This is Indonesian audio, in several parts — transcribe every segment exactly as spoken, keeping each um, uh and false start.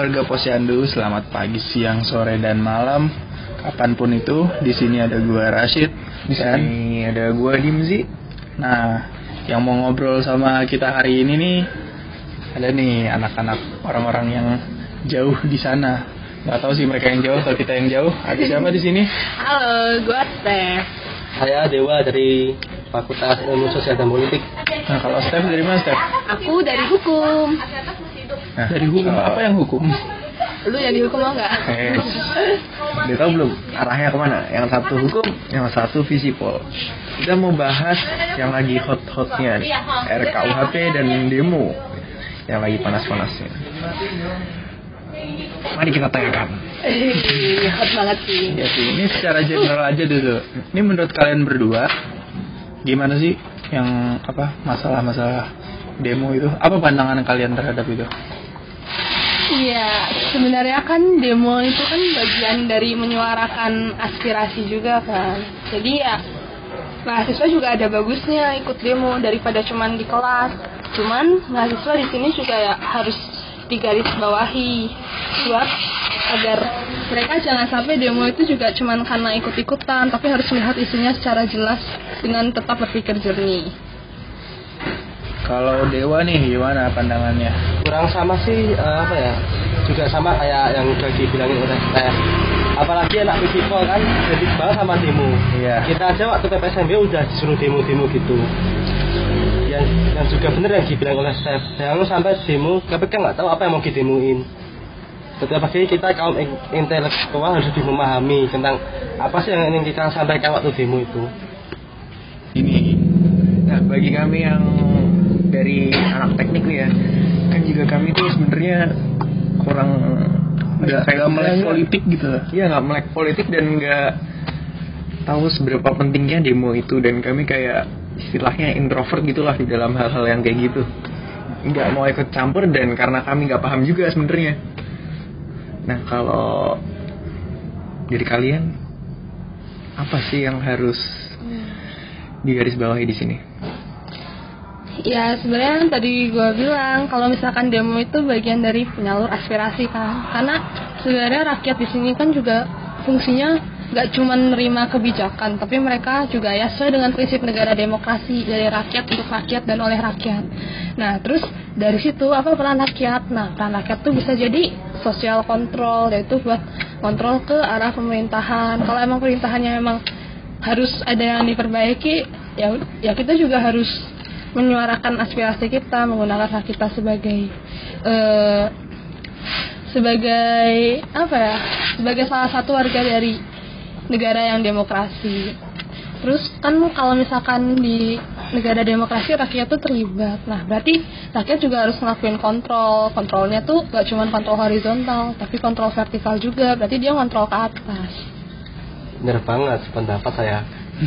warga Posyandu, selamat pagi, siang, sore, dan malam. Kapanpun itu, di sini ada gua Rashid, di sini ada gua Dimzi. Nah, yang mau ngobrol sama kita hari ini nih, ada nih anak-anak orang-orang yang jauh di sana. Gak tahu sih mereka yang jauh atau kita yang jauh. Ada siapa di sini? Halo, gua Steph. Saya Dewa dari Fakultas Ilmu Sosial dan Politik. Nah, kalau Steph dari mana, Steph? Aku dari hukum. Nah, dari hukum. Apa yang hukum? Lu yang dihukum mau nggak? Eh, dia tahu belum arahnya kemana? Yang satu hukum, yang satu visipol. Kita mau bahas yang lagi hot-hotnya nih, R K U H P dan demo yang lagi panas-panasnya. Mari kita tanyakan. Hot banget sih. Ya sih, ini secara general aja dulu. Ini menurut kalian berdua, gimana sih yang apa masalah-masalah demo itu? Apa pandangan kalian terhadap itu? Iya, sebenarnya kan demo itu kan bagian dari menyuarakan aspirasi juga kan. Jadi ya mahasiswa juga ada bagusnya ikut demo daripada cuman di kelas. Cuman mahasiswa di sini juga ya harus digarisbawahi buat agar mereka jangan sampai demo itu juga cuman karena ikut-ikutan, tapi harus melihat isunya secara jelas dengan tetap berpikir jernih. Kalau Dewa nih gimana pandangannya? Kurang sama sih, uh, apa ya? Juga sama kayak yang udah dibilangin oleh Steph. Apalagi anak visipol kan jadi banget sama demo. Iya. Kita aja waktu P P S M B udah disuruh demo-demo gitu. Yang yang juga bener yang dibilang oleh Steph. Jangan sampai demo, tapi kan nggak tahu apa yang mau didemoin. Setiap pagi kita kaum intelektual harus lebih memahami tentang apa sih yang ingin kita sampaikan waktu demo itu. Ini, nah bagi kami yang dari anak teknik nih ya, kan juga kami tuh sebenarnya kurang nggak kayak melek politik gitu. Iya, nggak melek politik dan nggak tahu seberapa pentingnya demo itu, dan kami kayak istilahnya introvert gitulah di dalam hal-hal yang kayak gitu, nggak mau ikut campur dan karena kami nggak paham juga sebenarnya. Nah kalau dari kalian apa sih yang harus digarisbawahi di sini? Ya sebenarnya yang tadi gue bilang kalau misalkan demo itu bagian dari penyalur aspirasi kan, karena sebenarnya rakyat di sini kan juga fungsinya nggak cuma menerima kebijakan, tapi mereka juga ya sesuai dengan prinsip negara demokrasi, dari rakyat untuk rakyat dan oleh rakyat. Nah terus dari situ apa peran rakyat? Nah peran rakyat tuh bisa jadi sosial kontrol, yaitu buat kontrol ke arah pemerintahan. Kalau emang pemerintahannya memang harus ada yang diperbaiki, ya ya kita juga harus menyuarakan aspirasi kita, menggunakan hak kita sebagai uh, sebagai apa ya, sebagai salah satu warga dari negara yang demokrasi. Terus kan kalau misalkan di negara demokrasi rakyat tuh terlibat, nah berarti rakyat juga harus ngelakuin kontrol. Kontrolnya tuh gak cuma kontrol horizontal, tapi kontrol vertikal juga, berarti dia ngontrol ke atas. Bener banget pendapat saya.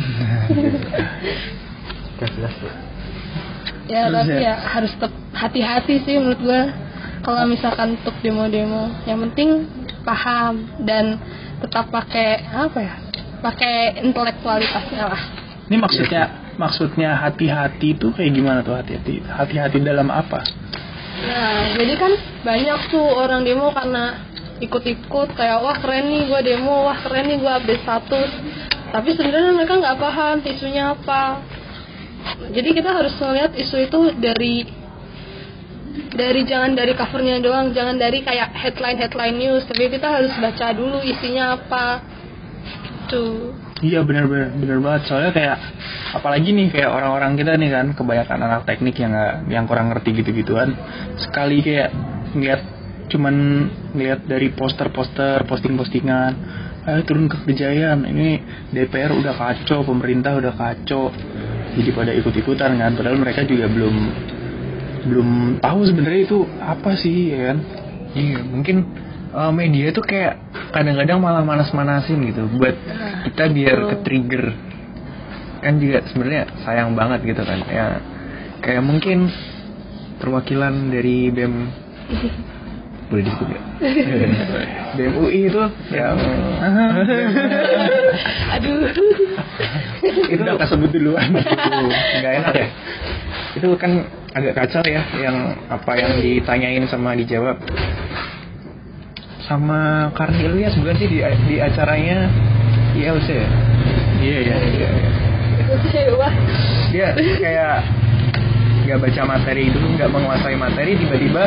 Gak jelas tuh. Ya tapi ya harus tetap hati-hati sih menurut gue kalau misalkan untuk demo-demo. Yang penting paham dan tetap pakai apa ya, pakai intelektualitasnya lah. Ini maksudnya maksudnya hati-hati itu kayak gimana tuh hati-hati? Hati-hati dalam apa? Nah jadi kan banyak tuh orang demo karena ikut-ikut kayak wah keren nih gue demo, wah keren nih gue update status. Tapi sebenarnya mereka nggak paham isunya apa. Jadi kita harus melihat isu itu dari dari jangan dari covernya doang, jangan dari kayak headline headline news, tapi kita harus baca dulu isinya apa. Tuh. Iya benar-benar benar banget, soalnya kayak apalagi nih kayak orang-orang kita nih kan kebanyakan anak teknik yang nggak yang kurang ngerti gitu-gituan, sekali kayak ngeliat cuman ngeliat dari poster-poster posting-postingan, ayo turun ke Kejayaan, ini D P R udah kacau, pemerintah udah kacau. Jadi pada ikut-ikutan kan, padahal mereka juga belum belum tahu sebenarnya itu apa sih ya kan. Iya, mungkin uh, media tuh kayak kadang-kadang malah manas-manasin gitu buat kita biar ke-trigger. Kan juga sebenarnya sayang banget gitu kan. Ya kayak mungkin perwakilan dari B E M boleh disebut nggak? B M U I itu yang aduh itu udah kesebut duluan, nggak enak ya. Itu kan agak kacau ya, yang apa yang ditanyain sama dijawab. sama Karni Ilyas bukan sih di di acaranya I L C ya? Iya iya iya. Dia kayak nggak baca materi itu, nggak menguasai materi, tiba-tiba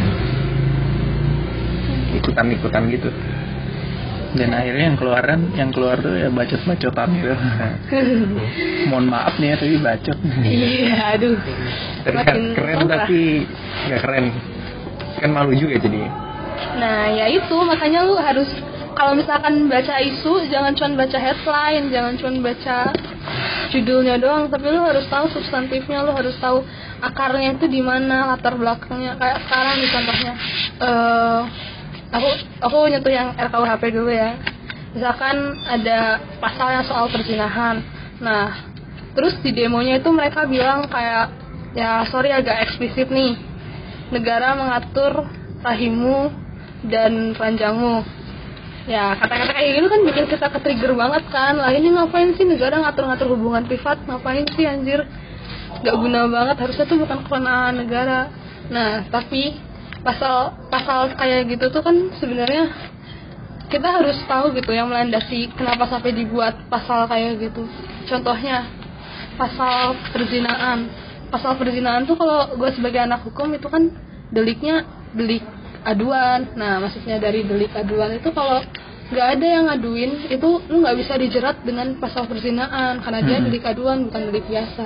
ikutan-ikutan gitu. Dan akhirnya yang keluaran yang keluar tuh ya bacot-bacotan gitu. Mohon maaf nih ya tapi bacot. Iya, aduh. Terlihat keren kontra. Tapi nggak keren. Kan malu juga jadi. Nah ya itu makanya lu harus kalau misalkan baca isu jangan cuma baca headline, jangan cuma baca judulnya doang, tapi lu harus tahu substantifnya, lu harus tahu akarnya itu di mana, latar belakangnya. Kayak sekarang nih contohnya. Uh, aku aku nyentuh yang R K U H P dulu ya. Misalkan ada pasalnya soal perzinahan. Nah, terus di demonya itu mereka bilang kayak ya sorry agak eksplisit nih. Negara mengatur rahimmu dan ranjangmu. Ya kata-kata kayak gitu kan bikin kita ke-trigger banget kan. Lah ini ngapain sih negara ngatur-ngatur hubungan privat? Ngapain sih anjir? Gak guna banget, harusnya tuh bukan kewenangan negara. Nah, tapi pasal pasal kayak gitu tuh kan sebenarnya kita harus tahu gitu yang melandasi kenapa sampai dibuat pasal kayak gitu. Contohnya pasal perzinaan. Pasal perzinaan tuh kalau gue sebagai anak hukum itu kan deliknya delik aduan. Nah maksudnya dari delik aduan itu kalau nggak ada yang ngaduin itu lu nggak bisa dijerat dengan pasal perzinaan karena dia hmm. delik aduan bukan delik biasa.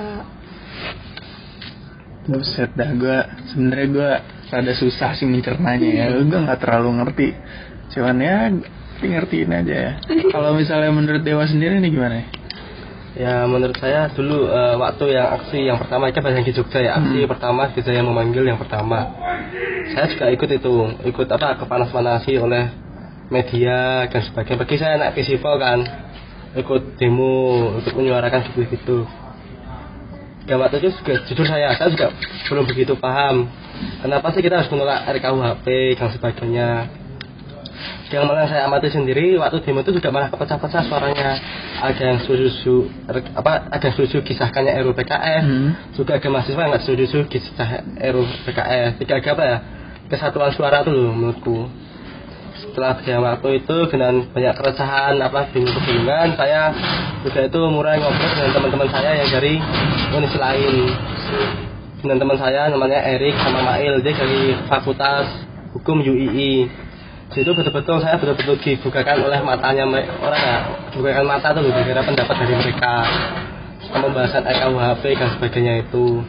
Buset dah, gue sebenarnya gue rada susah sih mencernanya ya. Gue nggak terlalu ngerti, cuman ya ngertiin aja ya. Kalau misalnya menurut Dewa sendiri nih gimana? Ya menurut saya dulu uh, waktu yang aksi yang pertama itu banyak di Jogja ya, aksi hmm. pertama di saya memanggil yang pertama. Saya juga ikut itu, ikut apa kepanas-panasi oleh media dan sebagainya. Bagi saya anak festival kan, ikut demo, ikut menyuarakan gitu-gitu. Dan waktu itu juga, jujur saya, saya juga belum begitu paham kenapa sih kita harus menolak R K U H P dan sebagainya. Yang malah saya amati sendiri waktu demo itu juga malah kepecah-pecah suaranya. Ada yang setuju apa ada yang setuju kisahkannya R U P K S, hmm. juga ada mahasiswa yang nggak setuju kisah R U P K S. Tidak ada apa ya kesatuan suara tuh loh menurutku. Setelah berjalan waktu itu dengan banyak keresahan apa bingung-bingungan, saya juga itu mulai ngobrol dengan teman-teman saya yang dari universitas lain. Dengan teman saya namanya Erik sama Mail, dia dari Fakultas Hukum U I I. Itu betul-betul saya betul-betul dibukakan oleh matanya orang ya, dibukakan mata tuh gara-gara pendapat dari mereka pembahasan R K U H P dan sebagainya itu.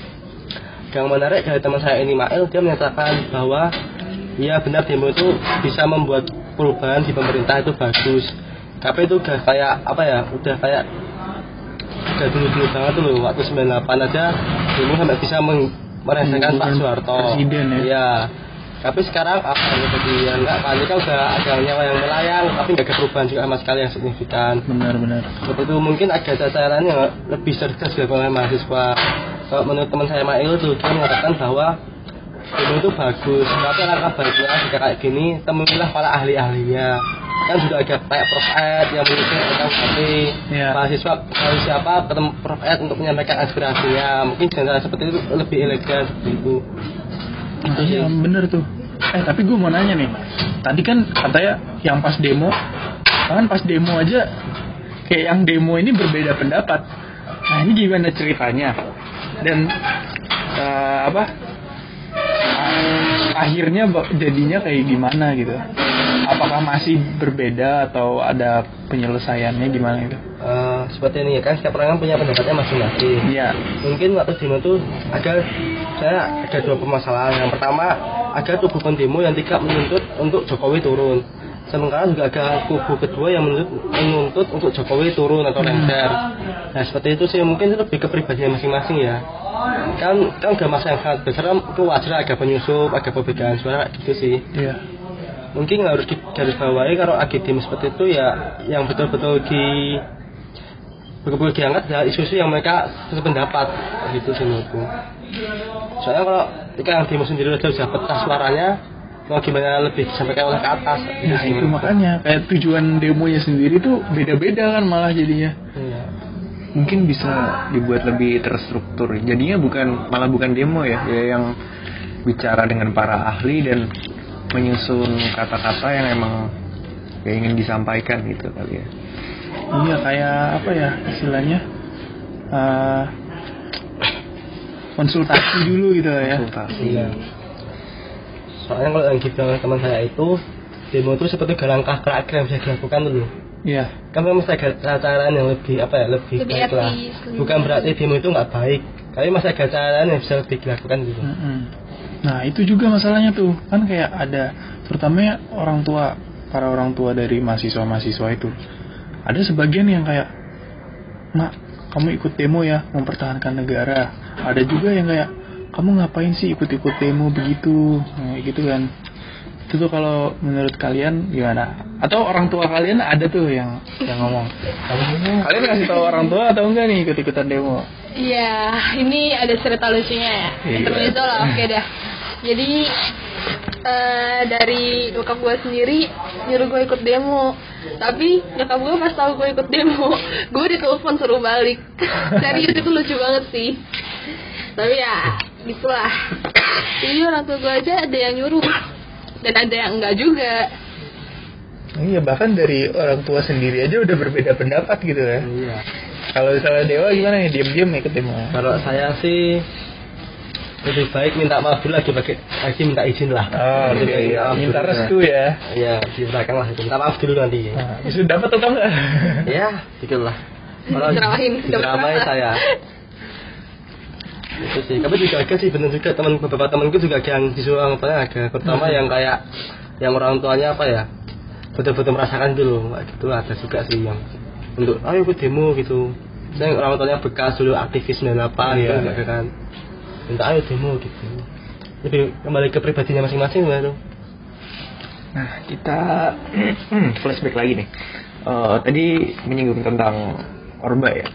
Yang menarik dari teman saya ini Mail, dia menyatakan bahwa ya benar demo itu bisa membuat perubahan di pemerintah itu bagus. Tapi itu udah kayak apa ya, udah kayak udah dulu-dulu banget tuh loh, waktu sembilan puluh delapan aja demo sampai bisa meresahkan Pak Soeharto. Presiden ya. Ya. Tapi sekarang apa yang terjadi? Ya enggak kan, ini kan udah ada nyawa yang melayang, tapi nggak ada perubahan juga sama sekali yang signifikan. Benar-benar. Seperti itu mungkin ada cara-cara yang lebih cerdas dilakukan oleh mahasiswa. Kalau menurut teman saya Mail itu dia mengatakan bahwa demo itu bagus, tapi langkah baiknya jika kayak gini temuilah para ahli-ahlinya. Kan juga ada kayak Prof Ed yang mengisi R K U H P, yeah. mahasiswa harus siapa ketemu Prof Ed untuk menyampaikan aspirasinya. Mungkin cara seperti itu lebih elegan seperti itu. Iya bener tuh. Eh tapi gue mau nanya nih, tadi kan katanya yang pas demo, kan pas demo aja kayak yang demo ini berbeda pendapat. Nah ini gimana ceritanya? Dan uh, apa? Akhirnya jadinya kayak gimana gitu? Apakah masih berbeda atau ada penyelesaiannya gimana gitu? Uh, seperti ini ya kan, setiap orang kan punya pendapatnya masing-masing. Iya. Mungkin waktu demo tuh ada saya ada dua permasalahan. Yang pertama, ada kubu pendemo yang tidak menuntut untuk Jokowi turun. Sementara juga ada kubu kedua yang menuntut, menuntut untuk Jokowi turun atau lengser. Nah seperti itu sih, mungkin itu lebih ke pribadinya masing-masing ya. Kan kan udah masa yang sangat besar, itu wajar ada penyusup, ada perbedaan suara gitu sih. Iya. Mungkin harus digarisbawahi kalau akademi seperti itu ya, yang betul-betul di betul-betul diangkat ya isu-isu yang mereka sependapat gitu sih menurutku. Soalnya kalau ketika yang demo sendiri udah bisa pecah suaranya, mau gimana lebih disampaikan oleh ke atas gitu. Nah itu makanya kayak tujuan demonya sendiri tuh beda-beda kan malah jadinya. Iya. Mungkin bisa dibuat lebih terstruktur. Jadinya bukan malah bukan demo ya, ya yang bicara dengan para ahli dan menyusun kata-kata yang emang yang ingin disampaikan gitu kali ya. Iya, kayak apa ya istilahnya, uh, konsultasi dulu gitu ya. Konsultasi. Iya. Soalnya kalau yang dibilang teman saya itu, demo itu seperti langkah terakhir yang bisa dilakukan dulu. Iya. Kan memang masih ada cara yang lebih apa ya, lebih, Lebih baik lah. etis, lebih Bukan baik. berarti demo itu nggak baik, tapi masih ada cara yang bisa lebih dilakukan gitu. Mm-mm. Nah itu juga masalahnya tuh, kan kayak ada terutama orang tua, para orang tua dari mahasiswa-mahasiswa itu, ada sebagian yang kayak, "Nak, kamu ikut demo ya, mempertahankan negara." Ada juga yang kayak, "Kamu ngapain sih ikut-ikut demo begitu?" Nah, gitu kan. Itu tuh kalau menurut kalian gimana? Atau orang tua kalian ada tuh yang yang ngomong, kalian kasih tahu orang tua atau enggak nih ikut-ikutan demo? Iya, ini ada cerita lucunya ya. Iya. Intermezzo lah, oke dah. Jadi eh, dari nyokap gue sendiri nyuruh gue ikut demo. Tapi nyokap gue pas tahu gue ikut demo, gue ditelepon suruh balik. Serius, itu lucu banget sih. Tapi ya gitulah. Jadi orang tua gue aja ada yang nyuruh dan ada yang enggak juga. Iya, bahkan dari orang tua sendiri aja udah berbeda pendapat gitu ya. Iya. Kalau misalnya Dewa gimana nih, diam-diam ikut demo? Kalau saya sih lebih baik minta maaf dulu lagi bagi lagi minta izin lah. Oh, Lebih baik iya, maaf minta dulu, restu ya. Iya, di belakang lah, minta maaf dulu nanti. Nah, bisa dapat atau enggak? Ya, gitu lah. Kalau Ceramahin, diceramai dapat saya. Itu sih. Tapi juga ada sih benar juga teman beberapa temanku juga yang disuruh apa ada, terutama yang kayak yang orang tuanya apa ya, betul-betul merasakan dulu, kayak gitu ada juga sih yang untuk ayo ikut demo gitu. Saya orang tuanya bekas dulu aktivis sembilan puluh delapan Iya. gitu enggak kan. Minta ayo demo gitu. Lebih kembali ke pribadinya masing-masing baru. Nah, kita flashback lagi nih. Eh, tadi menyinggung tentang Orba ya.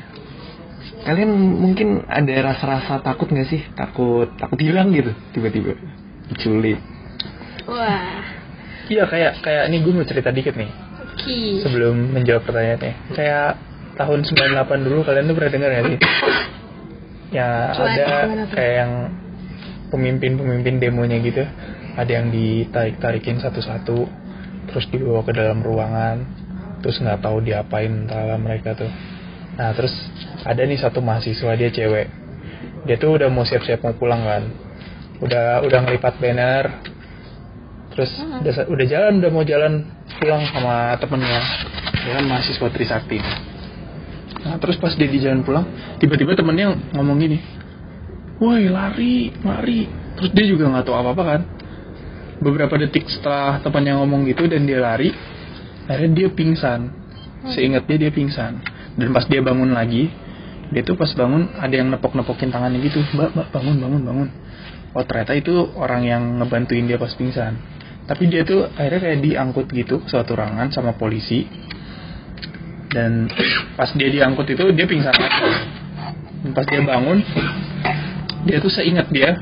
Kalian mungkin ada rasa-rasa takut nggak sih? Takut takut hilang gitu tiba-tiba diculik. Wah, Iya, kayak kayak ini gue mau cerita dikit nih ki. sebelum menjawab pertanyaannya. Kayak tahun sembilan puluh delapan dulu, kalian tuh pernah dengar ya sih? Ya Cuman, ada gimana tuh? kayak yang pemimpin-pemimpin demonya gitu, ada yang ditarik-tarikin satu-satu, terus dibawa ke dalam ruangan, terus nggak tahu diapain antara mereka tuh. Nah terus ada nih satu mahasiswa, dia cewek, dia tuh udah mau siap-siap mau pulang kan, udah udah ngelipat banner, terus udah, udah jalan udah mau jalan pulang sama temennya, dia kan mahasiswa Trisakti. Nah terus pas dia di jalan pulang, tiba-tiba temennya ngomong gini, "Woi, lari lari," terus dia juga nggak tahu apa-apa kan. Beberapa detik setelah temannya ngomong gitu dan dia lari, akhirnya dia pingsan. Seingat dia dia pingsan. Dan pas dia bangun lagi, dia tuh pas bangun ada yang nepok-nepokin tangannya gitu, "Mbak, mbak, bangun, bangun, bangun." Oh ternyata itu orang yang ngebantuin dia pas pingsan. Tapi dia tuh akhirnya kayak diangkut gitu ke suatu ruangan sama polisi. Dan pas dia diangkut itu dia pingsan lagi. Dan pas dia bangun, dia tuh seingat dia,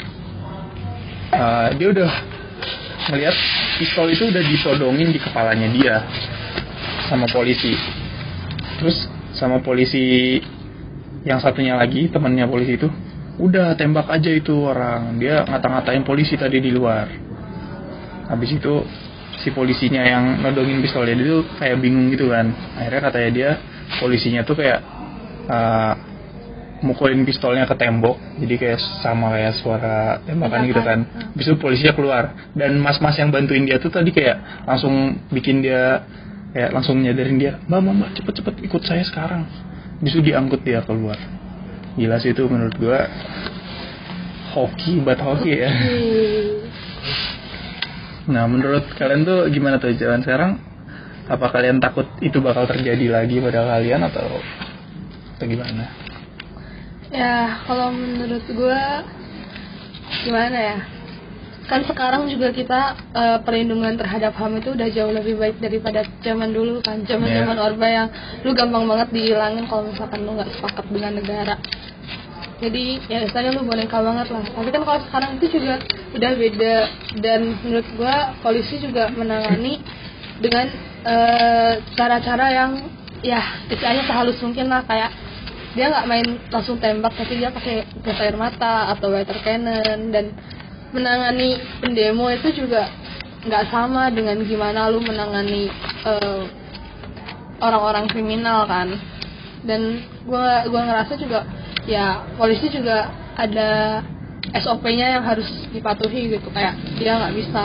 uh, dia udah ngeliat pistol itu udah ditodongin di kepalanya dia sama polisi. Terus sama polisi yang satunya lagi, temannya polisi itu, "Udah tembak aja itu orang, dia ngata-ngatain polisi tadi di luar." Habis itu si polisinya yang nodongin pistolnya dia tuh kayak bingung gitu kan. Akhirnya katanya dia, polisinya tuh kayak uh, mukulin pistolnya ke tembok, jadi kayak sama kayak suara tembakan gitu kan. Habis itu polisinya keluar, dan mas-mas yang bantuin dia tuh tadi kayak langsung bikin dia kayak langsung nyadarin dia, "Mbak, mbak, mbak, cepet-cepet ikut saya sekarang." Habis itu diangkut dia keluar. Gila sih itu menurut gua, hoki buat hoki ya. Nah menurut kalian tuh gimana tuh jalan sekarang? Apa kalian takut itu bakal terjadi lagi pada kalian atau atau gimana? Ya, kalau menurut gue gimana ya? Kan sekarang juga kita uh, perlindungan terhadap H A M itu udah jauh lebih baik daripada zaman dulu kan. Zaman-zaman Yeah. Orba yang lu gampang banget dihilangin kalau misalkan lu nggak sepakat dengan negara. Jadi ya istilahnya lu boneka banget lah. Tapi kan kalau sekarang itu juga udah beda, dan menurut gue polisi juga menangani dengan uh, cara-cara yang ya istilahnya sehalus mungkin lah, kayak dia nggak main langsung tembak, tapi dia pakai gas air mata atau water cannon, dan menangani pendemo itu juga nggak sama dengan gimana lu menangani uh, orang-orang kriminal kan. Dan gue gue ngerasa juga ya polisi juga ada S O P-nya yang harus dipatuhi gitu, kayak dia nggak bisa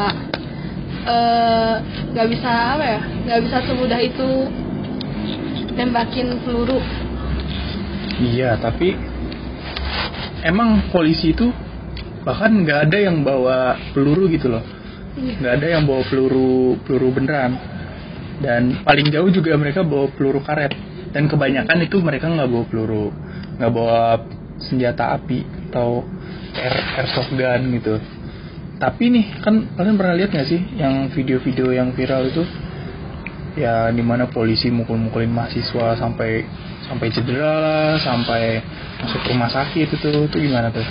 nggak uh, bisa apa ya nggak bisa semudah itu nembakin peluru. Iya, tapi emang polisi itu bahkan nggak ada yang bawa peluru gitu loh, nggak ada yang bawa peluru peluru beneran, dan paling jauh juga mereka bawa peluru karet, dan kebanyakan itu mereka nggak bawa peluru, nggak bawa senjata api atau air airsoft gun gitu. Tapi nih kan kalian pernah lihat nggak sih yang video-video yang viral itu, ya dimana polisi mukul-mukulin mahasiswa sampai sampai cedera lah, sampai masuk rumah sakit itu itu gimana tuh?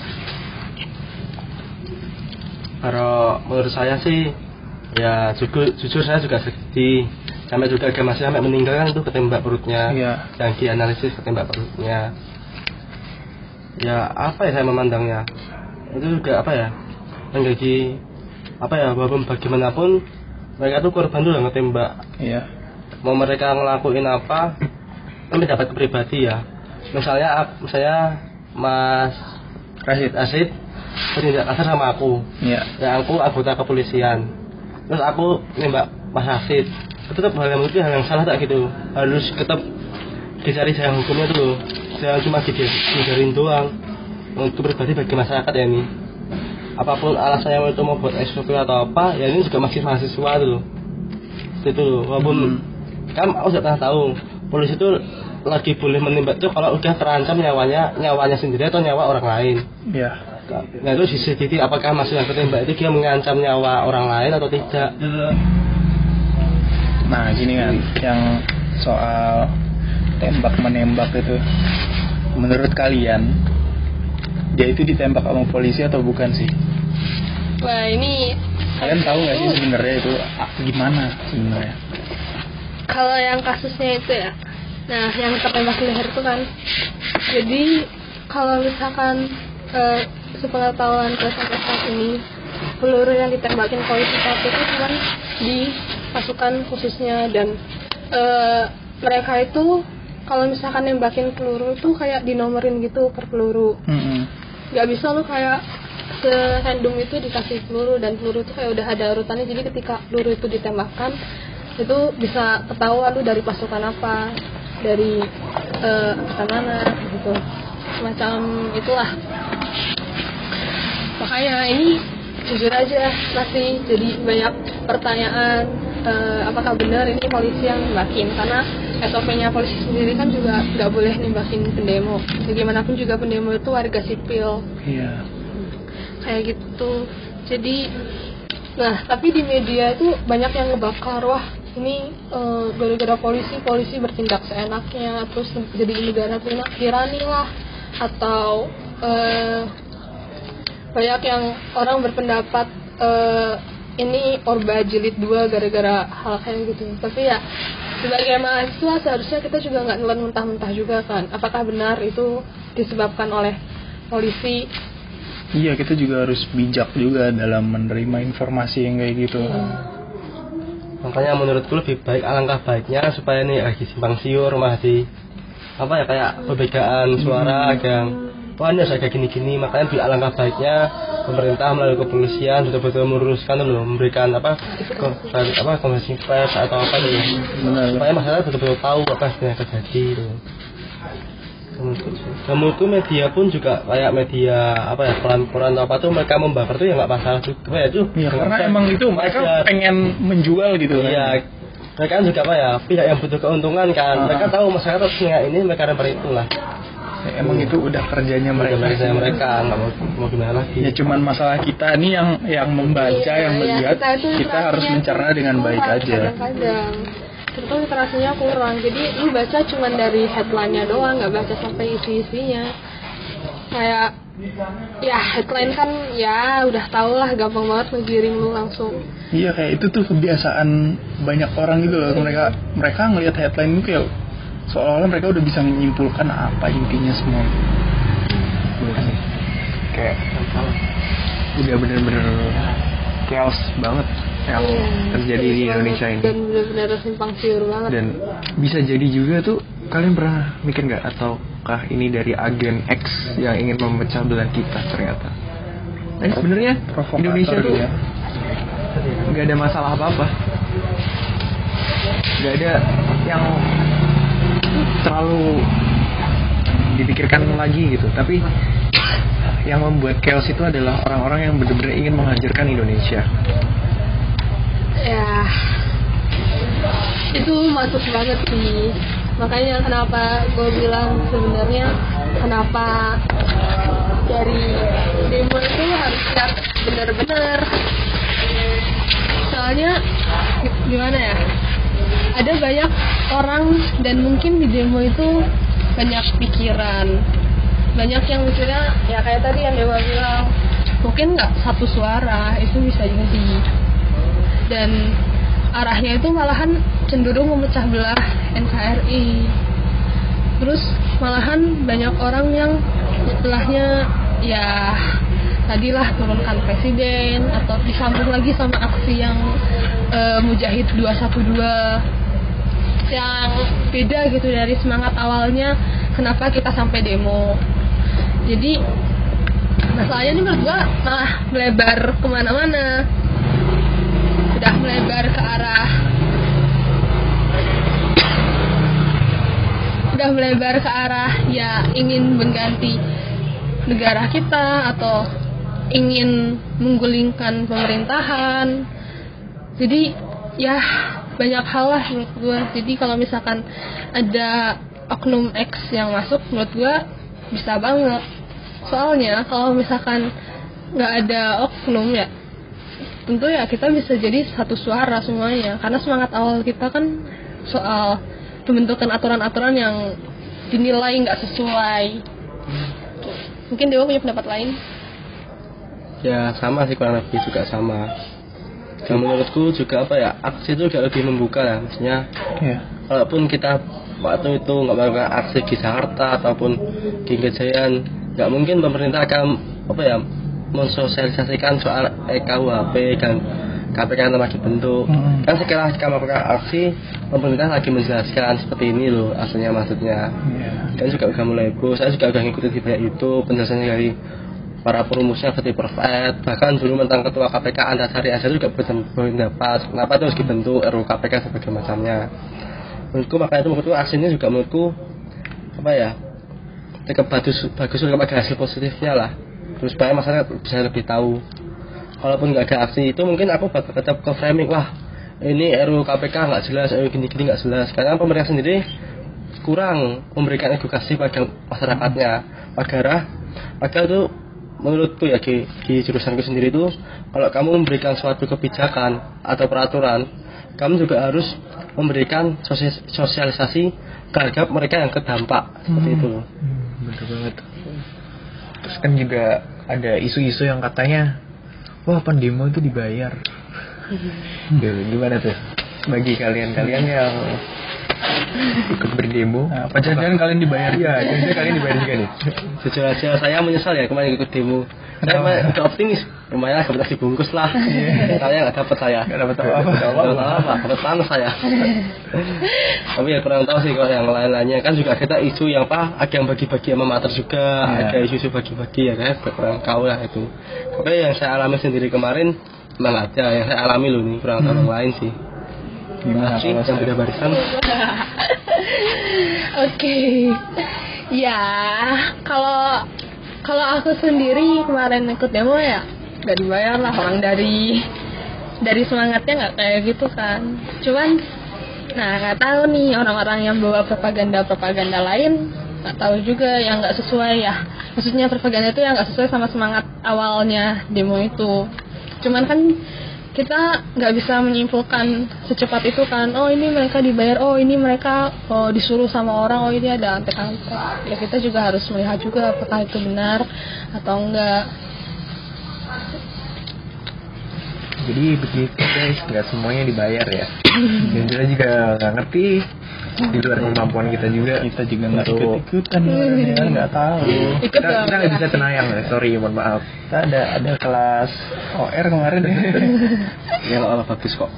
Kalau menurut saya sih ya jujur, jujur saya juga sedih, sampai juga ada masih sampai meninggal kan, itu ketembak perutnya, iya. Yang dianalisis ketembak perutnya. Ya apa ya saya memandangnya itu juga apa ya, menjadi apa ya, walaupun bagaimanapun mereka tuh korban tuh udah ngetembak. Iya. Mau mereka ngelakuin apa kami dapat pribadi ya, misalnya saya Mas Rasid Asid bertindak kasar sama aku, iya. ya aku anggota kepolisian, terus aku nembak Mas Asid, tetap hal yang itu hal yang salah tak gitu, harus tetap dicari jalan hukumnya tuh, jangan cuma dijarin doang. Untuk pribadi bagi masyarakat ya ini, apapun alasannya itu mau buat S O P atau apa, ya ini juga masih mahasiswa tuh, itu loh. Walaupun hmm. kan aku sudah pernah tahu polisi itu lagi boleh menembak itu kalau udah terancam nyawanya nyawanya sendiri atau nyawa orang lain. Iya. Nah itu diselidiki apakah masuk yang ketembak itu dia mengancam nyawa orang lain atau tidak. Nah gini kan, yang soal tembak menembak itu, menurut kalian dia itu ditembak sama polisi atau bukan sih? Wah ini kalian tahu nggak sih sebenarnya itu gimana sebenarnya? Kalau yang kasusnya itu ya, nah yang tertembak di leher itu kan, jadi kalau misalkan eh, sepengetahuan saya sampai saat ini, peluru yang ditembakin polisi saat itu cuma di pasukan khususnya, dan eh, mereka itu kalau misalkan nembakin peluru itu kayak dinomorin gitu per peluru. Mm-hmm. Gak bisa lu kayak se-random itu dikasih peluru, dan peluru itu kayak udah ada urutannya, jadi ketika peluru itu ditembakkan itu bisa ketahuan lu dari pasukan apa, dari uh, angkatan mana gitu, semacam itulah. Makanya ini jujur aja masih jadi banyak pertanyaan, uh, apakah benar ini polisi yang nembakin, karena S O P-nya polisi sendiri kan juga nggak boleh nembakin pendemo, bagaimanapun juga pendemo itu warga sipil. Iya. Kayak gitu. Jadi nah tapi di media itu banyak yang ngebakar, wah ini uh, gara-gara polisi polisi bertindak seenaknya, terus jadi negara tirani lah, atau uh, banyak yang orang berpendapat uh, ini Orba jilid dua gara-gara hal kayak gitu. Tapi ya sebagai mahasiswa seharusnya kita juga nggak nelan mentah-mentah juga kan, apakah benar itu disebabkan oleh polisi. Iya, kita juga harus bijak juga dalam menerima informasi yang kayak gitu. Hmm. Makanya menurutku lebih baik, alangkah baiknya supaya ini lagi simpang siur masih apa ya, kayak perbedaan suara hmm. yang wah ini harus kayak gini-gini. Makanya di alangkah baiknya pemerintah melalui kepolisian betul-betul meluruskan loh, memberikan apa ke, apa konversi pers atau apa gitu, supaya masyarakat betul-betul tahu apa yang terjadi gitu. Menurutku media pun juga kayak media apa ya, koran-koran atau apa tuh mereka membakar tuh ya nggak masalah juga ya tuh. Iya, karena emang itu mereka ya, pengen menjual gitu. Iya, kan? Mereka kan juga apa ya, pihak yang butuh keuntungan kan. Uh-huh. Mereka tahu masyarakat punya ini, mereka lempar itulah. Ya, emang hmm. itu udah kerjanya mereka. Udah kerjanya mereka, nggak mau mau gimana lagi. Ya cuman masalah kita nih yang yang membaca, iya, yang melihat, ya, kita, kita harus mencerna dengan baik aja. Kadang-kadang itu literasinya kurang, jadi lu baca cuma dari headline-nya doang, nggak baca sampai isi-isinya. Kayak ya headline kan ya udah tau lah, gampang banget ngegiring lu langsung. Iya, kayak itu tuh kebiasaan banyak orang gitu loh. Mereka mereka ngelihat headline itu kayak seolah-olah mereka udah bisa menyimpulkan apa intinya semua. Kayak udah bener-bener chaos banget yang terjadi di Indonesia ini. Dan benar-benar simpang siur banget. Dan bisa jadi juga tuh, kalian pernah mikir nggak, ataukah ini dari agen X yang ingin memecah belah kita ternyata? Nah, sebenarnya Indonesia tuh ya. nggak ada masalah apa-apa, nggak ada yang terlalu dipikirkan lagi gitu. Tapi yang membuat chaos itu adalah orang-orang yang benar-benar ingin menghancurkan Indonesia. Ya, itu masuk banget sih. Makanya kenapa gue bilang sebenarnya kenapa dari demo itu harus lihat benar-benar. Soalnya gimana ya? Ada banyak orang dan mungkin di demo itu banyak pikiran, banyak yang mikirnya ya kayak tadi yang Dewa bilang, mungkin nggak satu suara, itu bisa jadi, dan arahnya itu malahan cenderung memecah belah N K R I. Terus malahan banyak orang yang setelahnya ya tadilah turunkan presiden, atau disambung lagi sama aksi yang uh, Mujahid dua satu dua yang beda gitu dari semangat awalnya kenapa kita sampai demo. Jadi masalahnya ini menurut gua malah melebar kemana-mana, udah melebar ke arah udah melebar ke arah ya ingin mengganti negara kita atau ingin menggulingkan pemerintahan. Jadi ya banyak hal lah menurut gue. Jadi kalau misalkan ada oknum X yang masuk, menurut gue bisa banget. Soalnya kalau misalkan nggak ada oknum ya tentu ya kita bisa jadi satu suara semuanya. Karena semangat awal kita kan soal pembentukan aturan-aturan yang dinilai nggak sesuai. Mungkin Dewa punya pendapat lain? Ya sama sih, kurang lebih juga sama. Dan menurutku juga apa ya, aksi itu juga lebih membuka ya. Maksudnya yeah. Walaupun kita waktu itu nggak melakukan aksi di Jakarta ataupun di Kejayaan, nggak mungkin pemerintah akan apa ya mensosialisasikan soal E K U H P dan K P K yang telah dibentuk. Mm-hmm. Kan sekarang kita melakukan aksi, pemerintah lagi menjelaskan seperti ini loh aslinya maksudnya. Yeah. Dan juga udah mulai bro, saya juga udah ngikutin di banyak itu penjelasannya dari para perumusnya seperti Perfet, bahkan dulu tentang ketua K P K Antasari Azhar juga berpendapat kenapa itu harus dibentuk R U U K P K sebagai macamnya. Menurutku makanya itu menurutku aksinya juga menurutku apa ya cukup bagus bagus untuk ada hasil positifnya lah. Terus supaya masyarakat bisa lebih tahu. Kalaupun nggak ada aksi itu mungkin aku bakal tetap ke framing, wah ini R U U K P K nggak jelas, R U U gini-gini nggak jelas. Karena pemerintah sendiri kurang memberikan edukasi pada masyarakatnya. Padahal padahal itu menurutku ya di, di jurusanku sendiri itu kalau kamu memberikan suatu kebijakan atau peraturan, kamu juga harus memberikan sosialisasi terhadap mereka yang terdampak seperti itu. Hmm, betul banget. Terus kan juga ada isu-isu yang katanya wah pendemo itu dibayar. Gimana tuh bagi kalian-kalian yang ikut berdemo? Nah, apa jangan kalian dibayar? Iya, jangan kalian dibayar juga nih. Jujur aja saya menyesal ya kemarin ikut demo. Saya mah udah optimis, lumayan dapat nasi bungkus lah. Saya nggak dapat saya. Nggak dapat apa? Nggak dapat apa? Dapat panas saya. Tapi ya kurang tahu sih kalau yang lain-lainnya kan juga kita isu yang apa? Ada yang bagi-bagi sama mater juga, ada isu-isu bagi-bagi ya kan? Kurang tahu lah itu. Tapi yang saya alami sendiri kemarin memang ada yang saya alami loh nih, kurang tahu yang lain sih. Gimana sih yang beda barisan? Oke, ya kalau kalau aku sendiri kemarin ikut demo ya nggak dibayar lah, orang dari dari semangatnya nggak kayak gitu kan. Cuman nah nggak tahu nih orang-orang yang bawa propaganda propaganda lain nggak tahu juga yang nggak sesuai ya. Maksudnya propaganda itu yang nggak sesuai sama semangat awalnya demo itu. Cuman kan kita nggak bisa menyimpulkan secepat itu kan, oh ini mereka dibayar, oh ini mereka oh, disuruh sama orang, oh ini ada antek-antek. Ya kita juga harus melihat juga apakah itu benar atau enggak. Jadi begitu guys, nggak semuanya dibayar ya. Dan kita juga nggak ngerti di luar kemampuan kita juga. Kita juga nggak Untuk- ikut-ikutan kemarin ya, nggak tahu. Ikut Kita dong. kita nggak bisa tenayang ya, sorry mohon maaf. Kita ada ada kelas O R kemarin ya. Ya nggak apa bagus kok.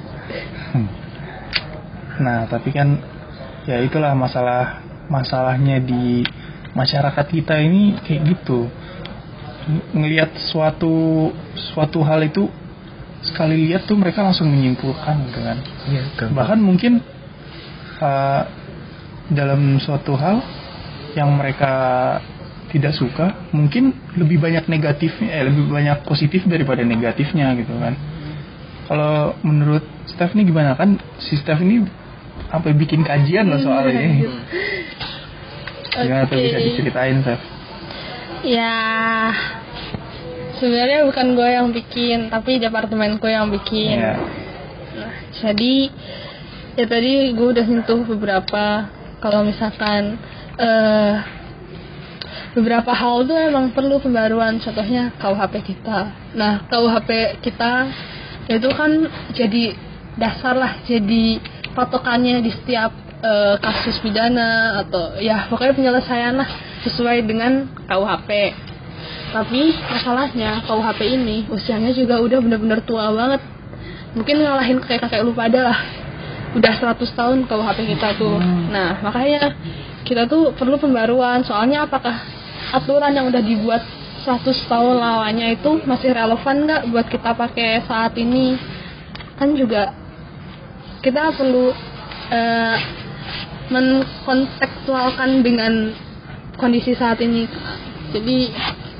Nah, tapi kan ya itulah masalah masalahnya di masyarakat kita ini kayak gitu. Ngelihat suatu suatu hal itu sekali lihat tuh mereka langsung menyimpulkan gitu kan. Iya, Bahkan mungkin uh, dalam suatu hal yang mereka tidak suka mungkin lebih banyak negatifnya, eh, lebih banyak positif daripada negatifnya gitu kan. Kalau menurut Steph ini gimana, kan si Steph ini sampai bikin kajian loh soal ini. Gimana tuh, bisa diceritain Steph? Ya, sebenarnya bukan gue yang bikin, tapi departemenku yang bikin. Iya. Nah, jadi ya tadi gue udah sentuh beberapa. Kalau misalkan eh beberapa hal tuh emang perlu pembaruan. Contohnya K U H P kita. Nah, K U H P kita itu kan jadi dasar lah, jadi patokannya di setiap eh, kasus pidana atau ya pokoknya penyelesaian lah sesuai dengan K U H P. Tapi masalahnya K U H P ini usianya juga udah bener-bener tua banget. Mungkin ngalahin kakek-kakek lu pada lah. Udah seratus tahun K U H P kita tuh. Nah, makanya kita tuh perlu pembaruan. Soalnya apakah aturan yang udah dibuat seratus tahun lawannya itu masih relevan nggak buat kita pakai saat ini? Kan juga kita perlu uh, menkontekstualkan dengan kondisi saat ini. Jadi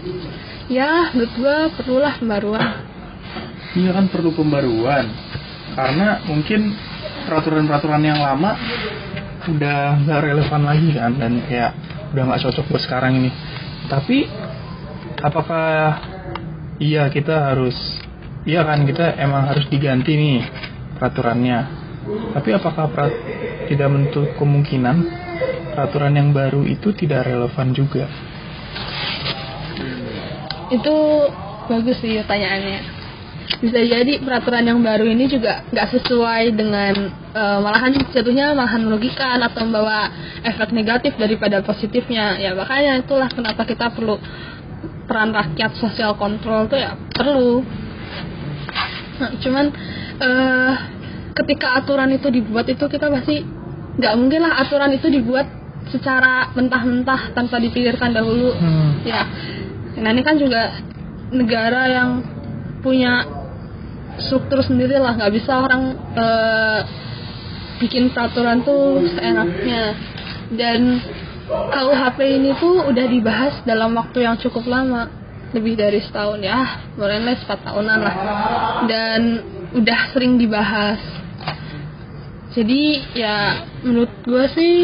ya menurut gue perlulah pembaruan. Iya kan, perlu pembaruan karena mungkin peraturan-peraturan yang lama udah nggak relevan lagi kan, dan kayak udah nggak cocok buat sekarang ini. Tapi apakah iya kita harus, iya kan kita emang harus diganti nih peraturannya, tapi apakah perat, tidak menutup kemungkinan peraturan yang baru itu tidak relevan juga? Itu bagus sih pertanyaannya. Bisa jadi peraturan yang baru ini juga nggak sesuai dengan uh, malahan jatuhnya malahan merugikan atau membawa efek negatif daripada positifnya. Ya makanya itulah kenapa kita perlu peran rakyat sosial kontrol tuh ya perlu. Nah, cuman uh, ketika aturan itu dibuat itu kita pasti nggak mungkin lah aturan itu dibuat secara mentah-mentah tanpa dipikirkan dahulu. Hmm. Ya, nah ini kan juga negara yang punya struktur sendiri lah, nggak bisa orang uh, bikin peraturan tuh seenaknya. Dan K U H P ini tuh udah dibahas dalam waktu yang cukup lama, lebih dari setahun ya, mulainya empat tahunan lah, dan udah sering dibahas. Jadi ya menurut gue sih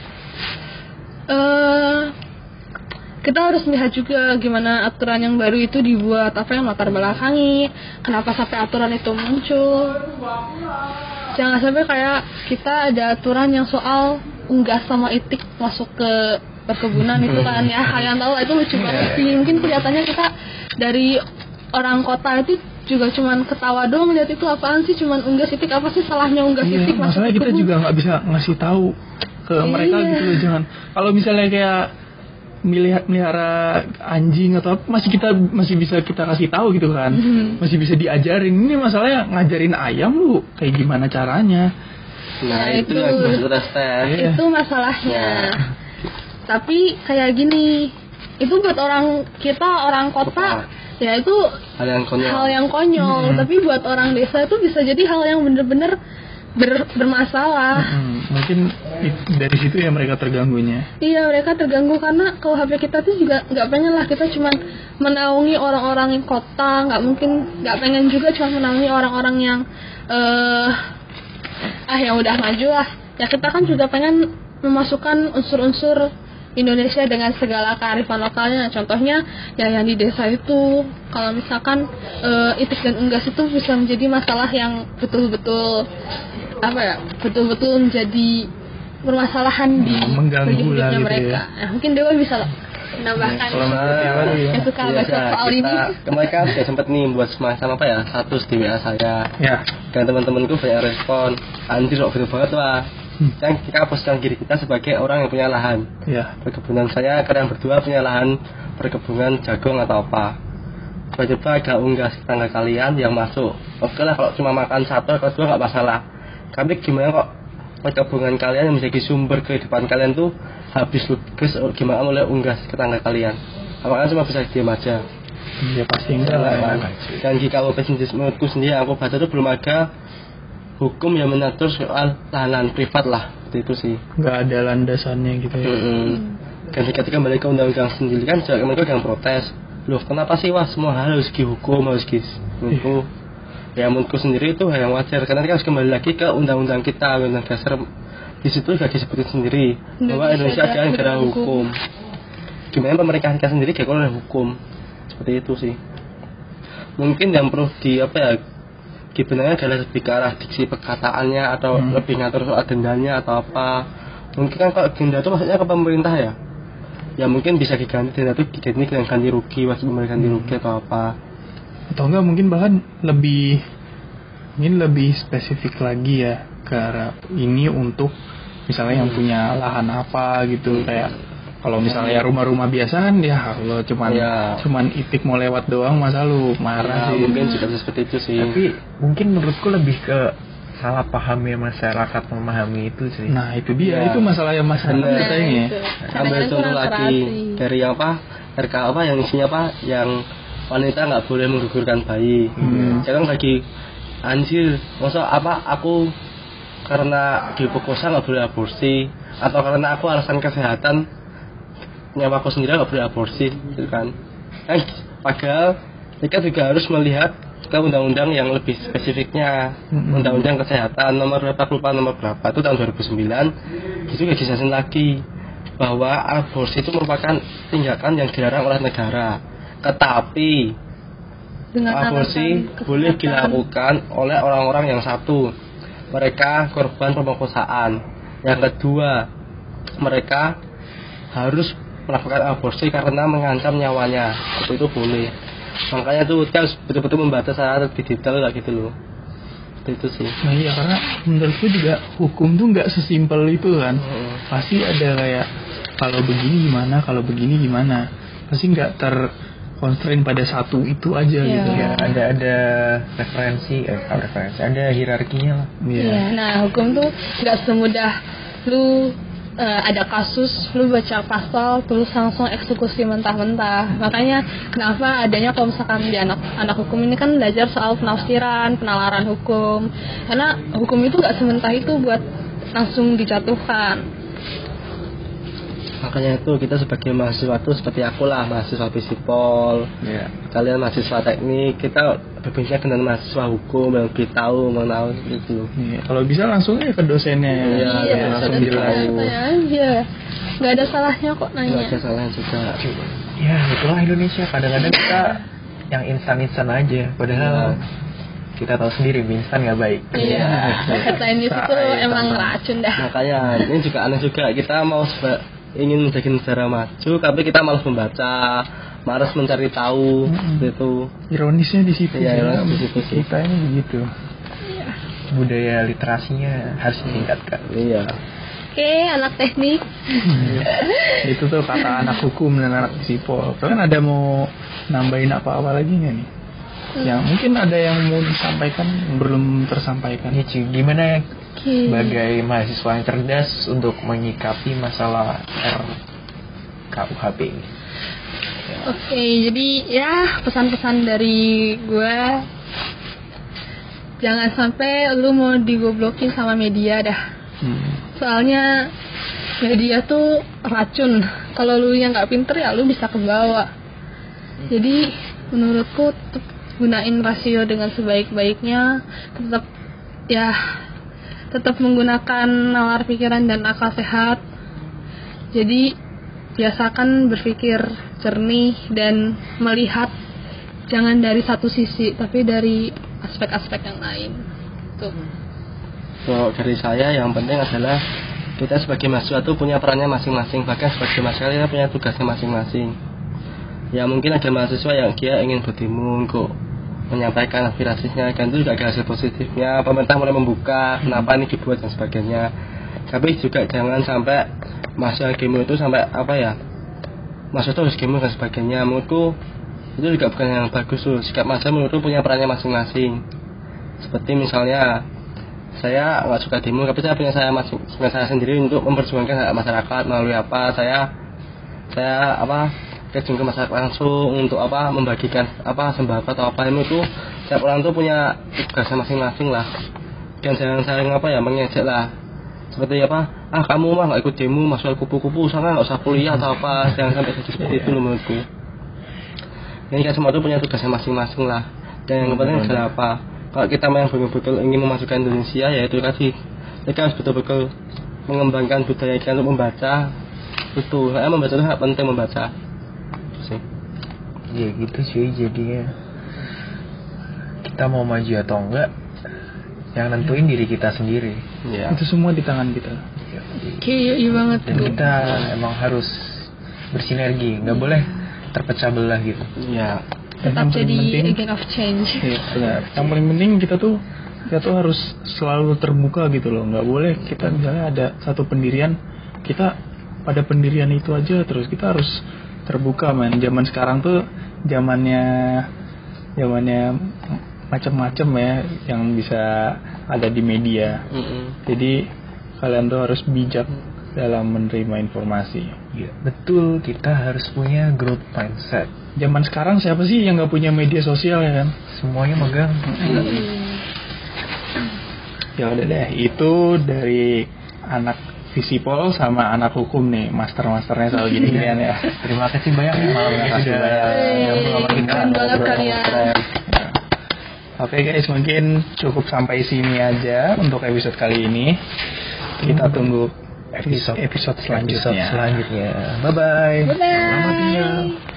uh, kita harus melihat juga gimana aturan yang baru itu dibuat, apa yang latar belakangi, kenapa sampai aturan itu muncul. Jangan sampai kayak kita ada aturan yang soal unggas sama itik masuk ke perkebunan itu kan ya, kalian tahu lah, itu lucu banget sih. Mungkin kelihatannya kita dari orang kota itu juga cuman ketawa doang lihat itu apaan sih, cuman unggas itik, apa sih salahnya unggas Iya, itik masuk masalahnya ke kita kebun. juga nggak bisa ngasih tahu ke mereka Iya. gitu loh. Jangan, kalau misalnya kayak milih melihara anjing atau apa, masih kita masih bisa kita kasih tahu gitu kan, Mhm. masih bisa diajarin. Ini masalahnya ngajarin ayam lu kayak gimana caranya. Nah, Nah, itu itu. yang maksud Steph. Iya. Itu masalahnya. Tapi kayak gini, itu buat orang kita orang kota, ya itu Hal yang konyol. hal yang konyol. Hmm. Tapi buat orang desa itu bisa jadi hal yang bener-bener ber- bermasalah. Hmm, mungkin it- dari situ ya mereka terganggunya. Iya, mereka terganggu karena K U H P kita tuh juga nggak pengen lah kita cuman menaungi orang-orang yang kota, nggak mungkin, nggak pengen juga cuma menaungi orang-orang yang eh ah yang udah maju lah. Ya kita kan juga pengen memasukkan unsur-unsur Indonesia dengan segala kearifan lokalnya. Contohnya ya yang di desa itu, kalau misalkan uh, itik dan unggas itu bisa menjadi masalah yang betul-betul apa ya, betul-betul menjadi permasalahan di Mengganggu hidupnya lah gitu mereka. ya. Nah, mungkin Dewa bisa lah menambahkan Kalau menurut Dewa tuh ya. yang suka Iya, baca Kak. soal kita, ini. Kemarin kan saya sempat nih buat semacam apa ya, status di W A saya. Ya. Dan teman-temanku banyak respon, anjir kok gitu banget lah. yang kita posisikan diri kita sebagai orang yang punya lahan. Ya. Perkebunan saya, kalian berdua punya lahan perkebunan jagung atau apa. Coba-coba agak unggas tetangga kalian yang masuk. Oke lah kalau cuma makan satu atau dua nggak masalah. Tapi gimana kok perkebunan kalian yang menjadi sumber kehidupan kalian tuh habis ludes, gimana mulai unggas ke tetangga kalian? Apakah cuma bisa diam aja? Ya pasti enggak lah. Dan jika aku sendiri, menurutku sendiri aku baca itu belum ada hukum yang mengatur soal lahan privat lah, itu sih. Nggak ada landasannya gitu ya. Mm-hmm. Dan ketika kembali ke undang-undang sendiri kan juga mereka yang protes. Loh kenapa sih wah semua hal harus dihukum, harus dis menurutku ya menurutku sendiri itu hal yang wajar karena kita harus kembali lagi ke undang-undang kita, undang dasar. Di situ juga disebutin sendiri bahwa Indonesia adalah negara hukum. Gimana pemerintah kita sendiri gak oleh hukum seperti itu sih. Mungkin yang perlu di apa ya sebenarnya adalah lebih ke arah diksi perkataannya atau hmm. lebih ngatur soal dendanya atau apa. Mungkin kan kalau denda itu maksudnya ke pemerintah ya. Ya mungkin bisa diganti denda itu diganti dengan ganti rugi, masih memberi ganti rugi atau apa. Atau enggak mungkin bahkan lebih mungkin lebih spesifik lagi ya ke arah ini untuk misalnya yang punya lahan apa gitu hmm. kayak kalau misalnya rumah-rumah biasa kan ya kalau cuman ya. cuman itik mau lewat doang masa lu marah ya, sih. Mungkin juga seperti itu sih. Tapi mungkin menurutku lebih ke salah pahamnya masyarakat memahami itu sih. Nah itu dia, ya. Itu masalah yang masyarakat nah, kita ini. Ambil contoh lagi dari yang apa R K apa yang isinya apa yang wanita nggak boleh menggugurkan bayi. Hmm. Jangan lagi anjir, masa apa aku karena diperkosa nggak boleh aborsi atau karena aku alasan kesehatan nyawa aku sendiri nggak boleh aborsi, gitu kan? Eh, padahal kita juga harus melihat ke undang-undang yang lebih spesifiknya, mm-hmm. undang-undang kesehatan nomor berapa lupa nomor berapa itu tahun dua ribu sembilan itu juga dijelasin lagi bahwa aborsi itu merupakan tindakan yang dilarang oleh negara, tetapi dengan aborsi boleh dilakukan oleh orang-orang yang satu, mereka korban pemerkosaan, yang kedua mereka harus melakukan aborsi karena mengancam nyawanya, itu itu boleh. Makanya tuh kita harus betul-betul membaca secara lebih detail lah gitu loh. Itu sih. Nah iya karena menurutku juga hukum tuh nggak sesimpel itu kan. Hmm. Pasti ada kayak kalau begini gimana, kalau begini gimana. Pasti nggak terkonstrain pada satu itu aja yeah. gitu. Ya ada ada referensi, eh referensi, ada hierarkinya lah. Iya. Yeah. Nah hukum tuh nggak semudah lu Uh, ada kasus lu baca pasal terus langsung eksekusi mentah-mentah. Makanya kenapa adanya kalau misalkan di anak anak hukum ini kan belajar soal penafsiran, penalaran hukum. Karena hukum itu gak sementah itu buat langsung dijatuhkan. Makanya itu kita sebagai mahasiswa itu seperti aku lah, mahasiswa Fisipol, yeah. Kalian mahasiswa teknik, kita berbincang dengan mahasiswa hukum yang lebih tahu mengenal itu. Yeah. Kalau bisa langsung ya ke dosennya, yeah, iya, ya, langsung jelasin aja, nggak ada salahnya kok nanya. Nggak ada salahnya juga. Ya itulah Indonesia, kadang-kadang kita yang instan-instan aja, padahal yeah. kita tahu sendiri instan nggak baik. Iya. Kata ini itu emang racun dah. Makanya ini juga aneh juga, kita mau seba- ingin menjadi negara maju, tapi kita malas membaca, malas mencari tahu, hmm. gitu. Ironisnya di situ. Iya, ironis di situ sih. Kita ini begitu. Iya. Budaya literasinya harus ditingkatkan. Iya. Oke, anak teknik. Itu tuh kata anak hukum dan anak Fisipol. Kalian ada mau nambahin apa-apa lagi nggak nih? Hmm. Yang mungkin ada yang mau disampaikan belum tersampaikan. Ya, Ci, gimana okay. sebagai mahasiswa yang cerdas untuk menyikapi masalah R K U H P ini? Oke, okay, jadi ya pesan-pesan dari gue, jangan sampai lu mau digoblokin sama media dah. Hmm. Soalnya media tuh racun. Kalau lu yang nggak pinter ya lu bisa kebawa. Jadi menurutku tetap gunain rasio dengan sebaik-baiknya, tetap ya tetap menggunakan nalar pikiran dan akal sehat. Jadi biasakan berpikir jernih dan melihat jangan dari satu sisi tapi dari aspek-aspek yang lain. Tuh. So, dari saya yang penting adalah kita sebagai mahasiswa itu punya perannya masing-masing, bahkan sebagai mahasiswa kita punya tugasnya masing-masing. Ya mungkin ada mahasiswa yang dia ingin berdemo untuk menyampaikan aspirasinya, dan itu juga ada hasil positifnya. Pemerintah mulai membuka kenapa ini dibuat dan sebagainya. Tapi juga jangan sampai masa game itu sampai apa ya, masa itu harus game dan sebagainya. Menurutku itu juga bukan yang bagus tuh. Sikap masa menurutku punya perannya masing-masing. Seperti misalnya saya nggak suka demo, tapi saya punya saya masing, saya sendiri untuk memperjuangkan hak masyarakat melalui apa saya saya apa terjun ke masyarakat langsung untuk apa membagikan apa sembako atau apa itu. Setiap orang tuh punya tugasnya masing-masing lah, dan jangan saling apa ya mengejek lah. Seperti apa, ah kamu mah nggak ikut demo masuk kupu-kupu sana nggak usah kuliah atau apa, jangan sampai jadi seperti itu menurutku. Ini kan semua tuh punya tugasnya masing-masing lah, dan yang penting adalah apa, kalau kita memang betul-betul ingin memajukan Indonesia, ya itu tadi kita harus betul-betul mengembangkan budaya kita untuk membaca. Itu, saya membaca itu sangat penting membaca. Sih. Ya gitu sih, jadinya kita mau maju atau enggak yang nentuin diri kita sendiri. Ya. Itu semua di tangan kita. Oke, iya banget Dan tuh. kita emang harus bersinergi, nggak boleh terpecah belah gitu. Ya. Dan Tetap yang paling jadi penting- agent of change. Iya, benar. Yang paling penting kita tuh kita tuh harus selalu terbuka gitu loh. Nggak boleh kita misalnya ada satu pendirian, kita pada pendirian itu aja terus. Kita harus terbuka, man. Zaman sekarang tuh zamannya zamannya macam-macam ya yang bisa ada di media. Mm-mm. Jadi kalian tuh harus bijak dalam menerima informasi. Ya, betul, kita harus punya growth mindset. Zaman sekarang siapa sih yang nggak punya media sosial ya kan? Semuanya megang. Ya udah deh, itu dari anak Visipol sama anak hukum nih, master-masternya soal gini-ginian ya. Terima kasih banyak nih malam ini Makasih sudah banyak. gabung sama kita. Keren banget kalian. Ya. Oke guys, mungkin cukup sampai sini aja untuk episode kali ini. Kita tunggu episode episode selanjutnya. Episode selanjutnya. Bye bye. Bye-bye. Selamat tinggal.